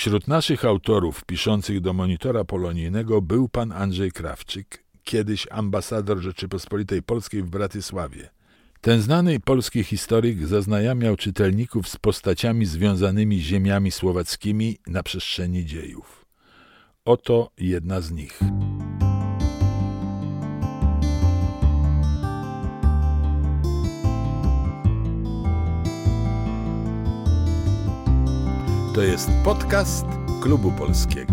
Wśród naszych autorów piszących do Monitora Polonijnego był pan Andrzej Krawczyk, kiedyś ambasador Rzeczypospolitej Polskiej w Bratysławie. Ten znany polski historyk zaznajamiał czytelników z postaciami związanymi z ziemiami słowackimi na przestrzeni dziejów. Oto jedna z nich. To jest podcast Klubu Polskiego.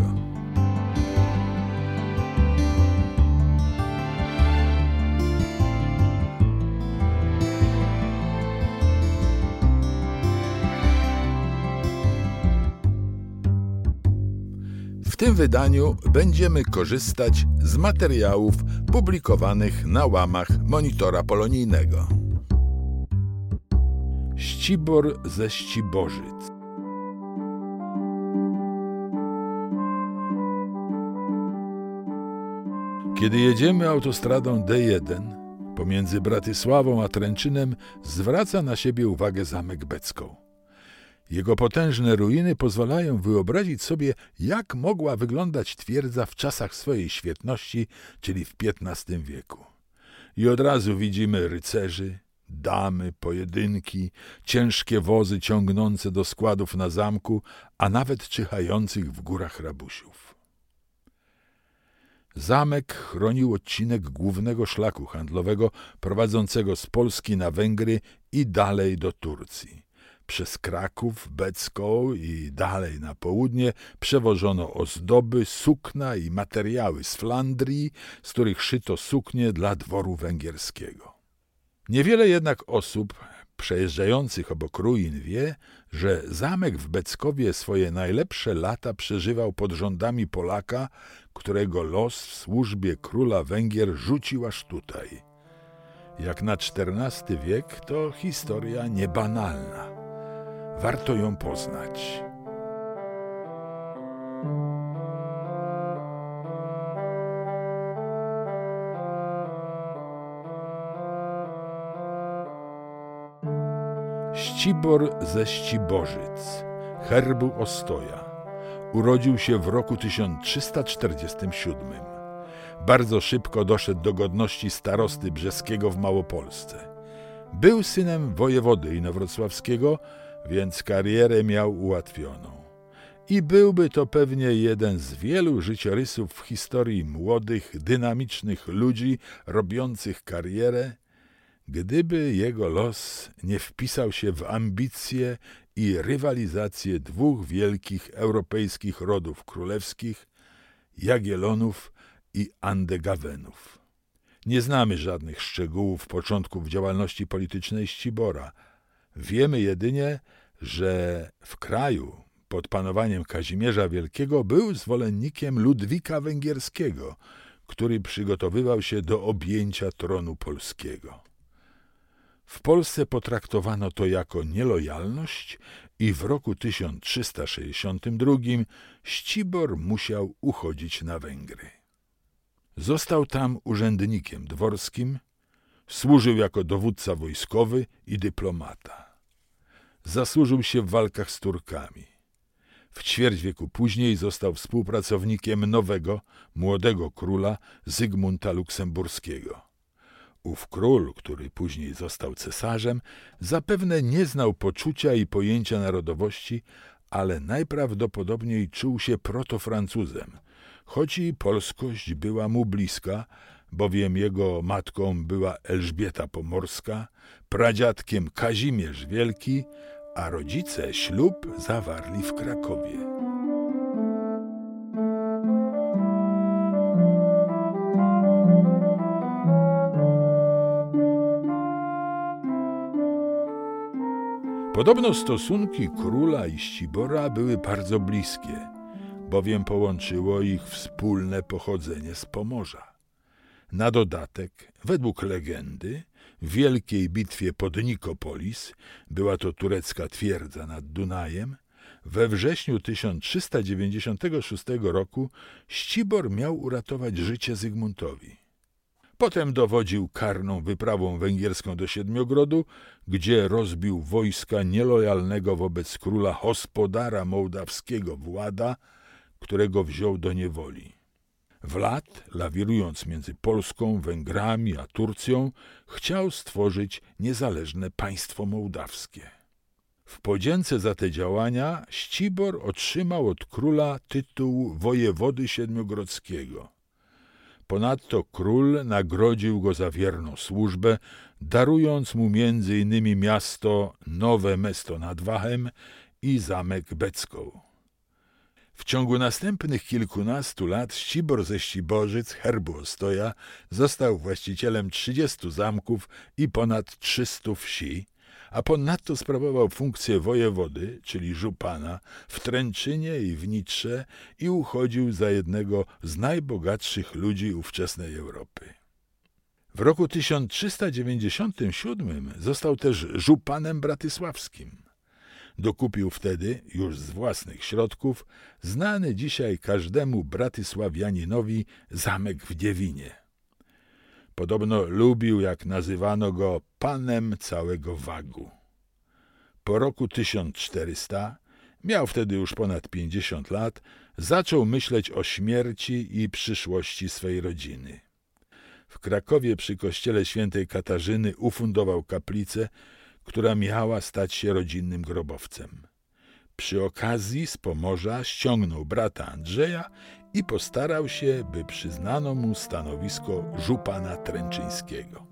W tym wydaniu będziemy korzystać z materiałów publikowanych na łamach Monitora Polonijnego. Ścibor ze Ściborzyc. Kiedy jedziemy autostradą D1 pomiędzy Bratysławą a Tręczynem, zwraca na siebie uwagę zamek Beckow. Jego potężne ruiny pozwalają wyobrazić sobie, jak mogła wyglądać twierdza w czasach swojej świetności, czyli w XV wieku. I od razu widzimy rycerzy, damy, pojedynki, ciężkie wozy ciągnące do składów na zamku, a nawet czyhających w górach rabusiów. Zamek chronił odcinek głównego szlaku handlowego prowadzącego z Polski na Węgry i dalej do Turcji. Przez Kraków, Beckow i dalej na południe przewożono ozdoby, sukna i materiały z Flandrii, z których szyto suknie dla dworu węgierskiego. Niewiele jednak osób przejeżdżających obok ruin wie, że zamek w Beckowie swoje najlepsze lata przeżywał pod rządami Polaka, którego los w służbie króla Węgier rzucił aż tutaj. Jak na XIV wiek to historia niebanalna. Warto ją poznać. Ścibor ze Ściborzyc, herbu Ostoja. Urodził się w roku 1347. Bardzo szybko doszedł do godności starosty brzeskiego w Małopolsce. Był synem wojewody inowrocławskiego, więc karierę miał ułatwioną. I byłby to pewnie jeden z wielu życiorysów w historii młodych, dynamicznych ludzi robiących karierę, gdyby jego los nie wpisał się w ambicje i rywalizację dwóch wielkich europejskich rodów królewskich, Jagiellonów i Andegawenów. Nie znamy żadnych szczegółów początków działalności politycznej Ścibora. Wiemy jedynie, że w kraju pod panowaniem Kazimierza Wielkiego był zwolennikiem Ludwika Węgierskiego, który przygotowywał się do objęcia tronu polskiego. W Polsce potraktowano to jako nielojalność i w roku 1362 Ścibor musiał uchodzić na Węgry. Został tam urzędnikiem dworskim, służył jako dowódca wojskowy i dyplomata. Zasłużył się w walkach z Turkami. W ćwierć wieku później został współpracownikiem nowego, młodego króla Zygmunta Luksemburskiego. Ów król, który później został cesarzem, zapewne nie znał poczucia i pojęcia narodowości, ale najprawdopodobniej czuł się protofrancuzem, choć i polskość była mu bliska, bowiem jego matką była Elżbieta Pomorska, pradziadkiem Kazimierz Wielki, a rodzice ślub zawarli w Krakowie. Podobno stosunki króla i Ścibora były bardzo bliskie, bowiem połączyło ich wspólne pochodzenie z Pomorza. Na dodatek, według legendy, w wielkiej bitwie pod Nikopolis, była to turecka twierdza nad Dunajem, we wrześniu 1396 roku Ścibor miał uratować życie Zygmuntowi. Potem dowodził karną wyprawą węgierską do Siedmiogrodu, gdzie rozbił wojska nielojalnego wobec króla hospodara mołdawskiego Włada, którego wziął do niewoli. Wład, lawirując między Polską, Węgrami a Turcją, chciał stworzyć niezależne państwo mołdawskie. W podzięce za te działania Ścibor otrzymał od króla tytuł wojewody siedmiogrodzkiego. Ponadto król nagrodził go za wierną służbę, darując mu m.in. miasto Nowe Mesto nad Wachem i zamek Beckow. W ciągu następnych kilkunastu lat Ścibor ze Ściborzyc, herbu Ostoja, został właścicielem 30 zamków i ponad 300 wsi, a ponadto sprawował funkcję wojewody, czyli żupana, w Tręczynie i w Nitrze i uchodził za jednego z najbogatszych ludzi ówczesnej Europy. W roku 1397 został też żupanem bratysławskim. Dokupił wtedy, już z własnych środków, znany dzisiaj każdemu bratysławianinowi zamek w Dziewinie. Podobno lubił, jak nazywano go, panem całego Wagu. Po roku 1400, miał wtedy już ponad 50 lat, zaczął myśleć o śmierci i przyszłości swej rodziny. W Krakowie przy kościele świętej Katarzyny ufundował kaplicę, która miała stać się rodzinnym grobowcem. Przy okazji z Pomorza ściągnął brata Andrzeja i postarał się, by przyznano mu stanowisko żupana tręczyńskiego.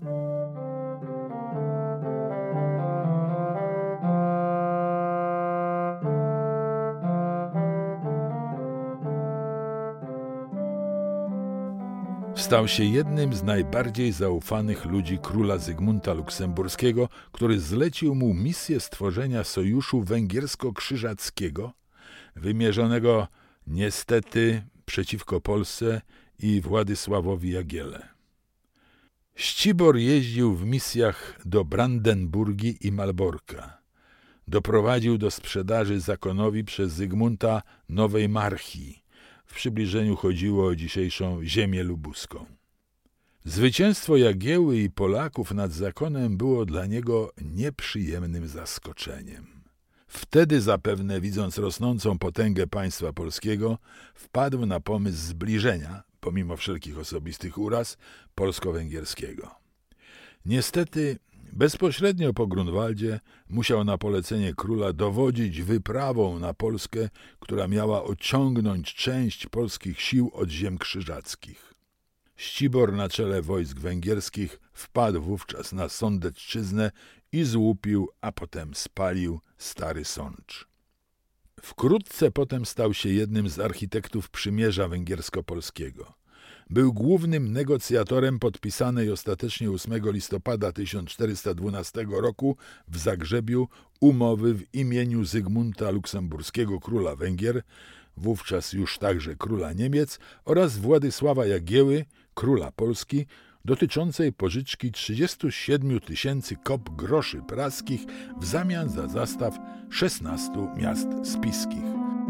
Stał się jednym z najbardziej zaufanych ludzi króla Zygmunta Luksemburskiego, który zlecił mu misję stworzenia sojuszu węgiersko-krzyżackiego, wymierzonego niestety przeciwko Polsce i Władysławowi Jagielle. Ścibor jeździł w misjach do Brandenburgii i Malborka. Doprowadził do sprzedaży zakonowi przez Zygmunta Nowej Marchii. W przybliżeniu chodziło o dzisiejszą ziemię lubuską. Zwycięstwo Jagieły i Polaków nad zakonem było dla niego nieprzyjemnym zaskoczeniem. Wtedy zapewne, widząc rosnącą potęgę państwa polskiego, wpadł na pomysł zbliżenia, pomimo wszelkich osobistych uraz, polsko-węgierskiego. Niestety, bezpośrednio po Grunwaldzie musiał na polecenie króla dowodzić wyprawą na Polskę, która miała odciągnąć część polskich sił od ziem krzyżackich. Ścibor na czele wojsk węgierskich wpadł wówczas na Sądecczyznę i złupił, a potem spalił Stary Sącz. Wkrótce potem stał się jednym z architektów przymierza węgiersko-polskiego. Był głównym negocjatorem podpisanej ostatecznie 8 listopada 1412 roku w Zagrzebiu umowy w imieniu Zygmunta Luksemburskiego, króla Węgier, wówczas już także króla Niemiec, oraz Władysława Jagieły, króla Polski, dotyczącej pożyczki 37 000 kop groszy praskich w zamian za zastaw 16 miast spiskich.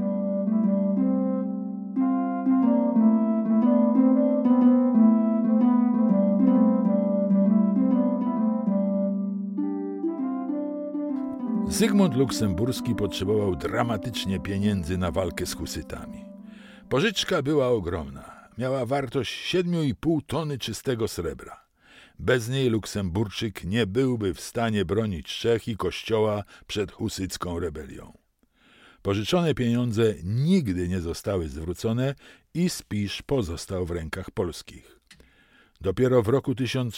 Zygmunt Luksemburski potrzebował dramatycznie pieniędzy na walkę z Husytami. Pożyczka była ogromna. Miała wartość 7,5 tony czystego srebra. Bez niej Luksemburczyk nie byłby w stanie bronić Czech i Kościoła przed husycką rebelią. Pożyczone pieniądze nigdy nie zostały zwrócone i Spisz pozostał w rękach polskich. Dopiero w roku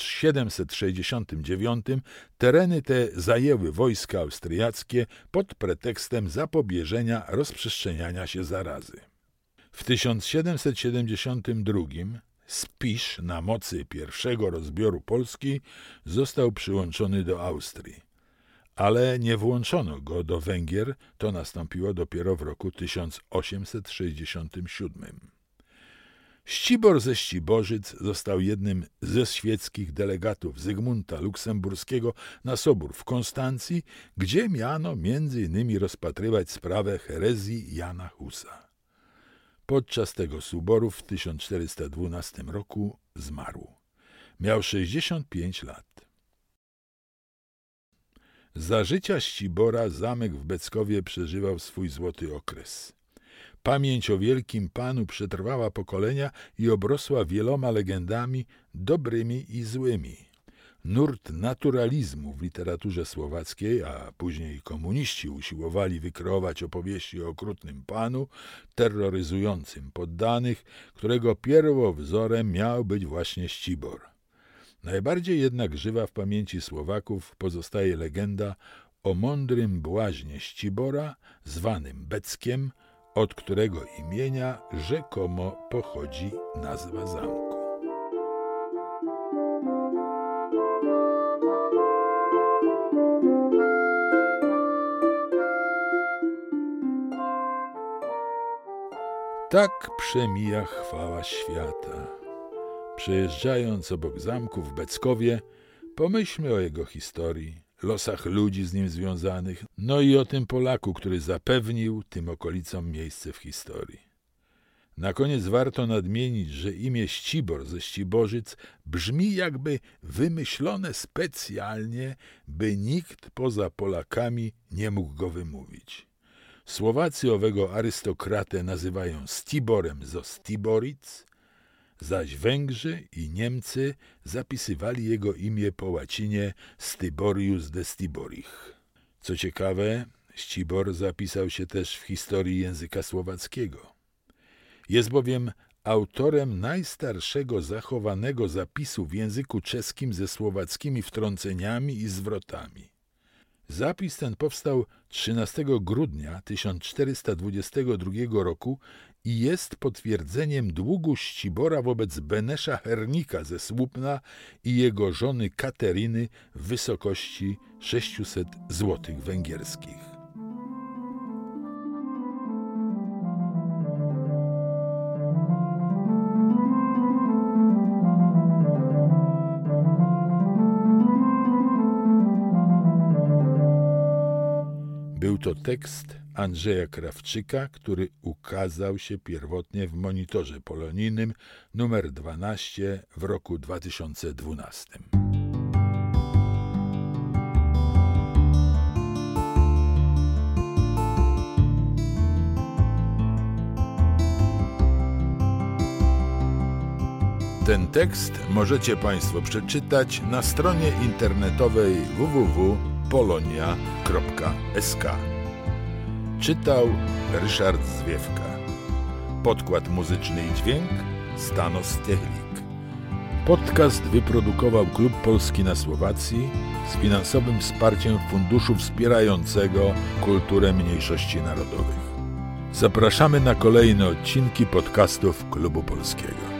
1769 tereny te zajęły wojska austriackie pod pretekstem zapobieżenia rozprzestrzeniania się zarazy. W 1772 Spisz na mocy pierwszego rozbioru Polski został przyłączony do Austrii, ale nie włączono go do Węgier, to nastąpiło dopiero w roku 1867. Ścibor ze Ściborzyc został jednym ze świeckich delegatów Zygmunta Luksemburskiego na sobór w Konstancji, gdzie miano m.in. rozpatrywać sprawę herezji Jana Husa. Podczas tego soboru w 1412 roku zmarł. Miał 65 lat. Za życia Ścibora zamek w Beckowie przeżywał swój złoty okres. Pamięć o wielkim panu przetrwała pokolenia i obrosła wieloma legendami, dobrymi i złymi. Nurt naturalizmu w literaturze słowackiej, a później komuniści usiłowali wykreować opowieści o okrutnym panu, terroryzującym poddanych, którego pierwowzorem miał być właśnie Ścibor. Najbardziej jednak żywa w pamięci Słowaków pozostaje legenda o mądrym błaźnie Ścibora, zwanym Beckiem, od którego imienia rzekomo pochodzi nazwa zamku. Tak przemija chwała świata. Przejeżdżając obok zamku w Beckowie, pomyślmy o jego historii, losach ludzi z nim związanych, no i o tym Polaku, który zapewnił tym okolicom miejsce w historii. Na koniec warto nadmienić, że imię Ścibor ze Ściborzyc brzmi jakby wymyślone specjalnie, by nikt poza Polakami nie mógł go wymówić. Słowacy owego arystokratę nazywają Stiborem zo Stiboric, zaś Węgrzy i Niemcy zapisywali jego imię po łacinie Stiborius de Stiborich. Co ciekawe, Ścibor zapisał się też w historii języka słowackiego. Jest bowiem autorem najstarszego zachowanego zapisu w języku czeskim ze słowackimi wtrąceniami i zwrotami. Zapis ten powstał 13 grudnia 1422 roku i jest potwierdzeniem długu Ścibora wobec Benesza Hernika ze Słupna i jego żony Kateryny w wysokości 600 złotych węgierskich. Był to tekst Andrzeja Krawczyka, który ukazał się pierwotnie w Monitorze Polonijnym nr 12 w roku 2012. Ten tekst możecie Państwo przeczytać na stronie internetowej www.polonia.sk. Czytał Ryszard Zwiewka. Podkład muzyczny i dźwięk Stanos Technik. Podcast wyprodukował Klub Polski na Słowacji z finansowym wsparciem Funduszu Wspierającego Kulturę Mniejszości Narodowych. Zapraszamy na kolejne odcinki podcastów Klubu Polskiego.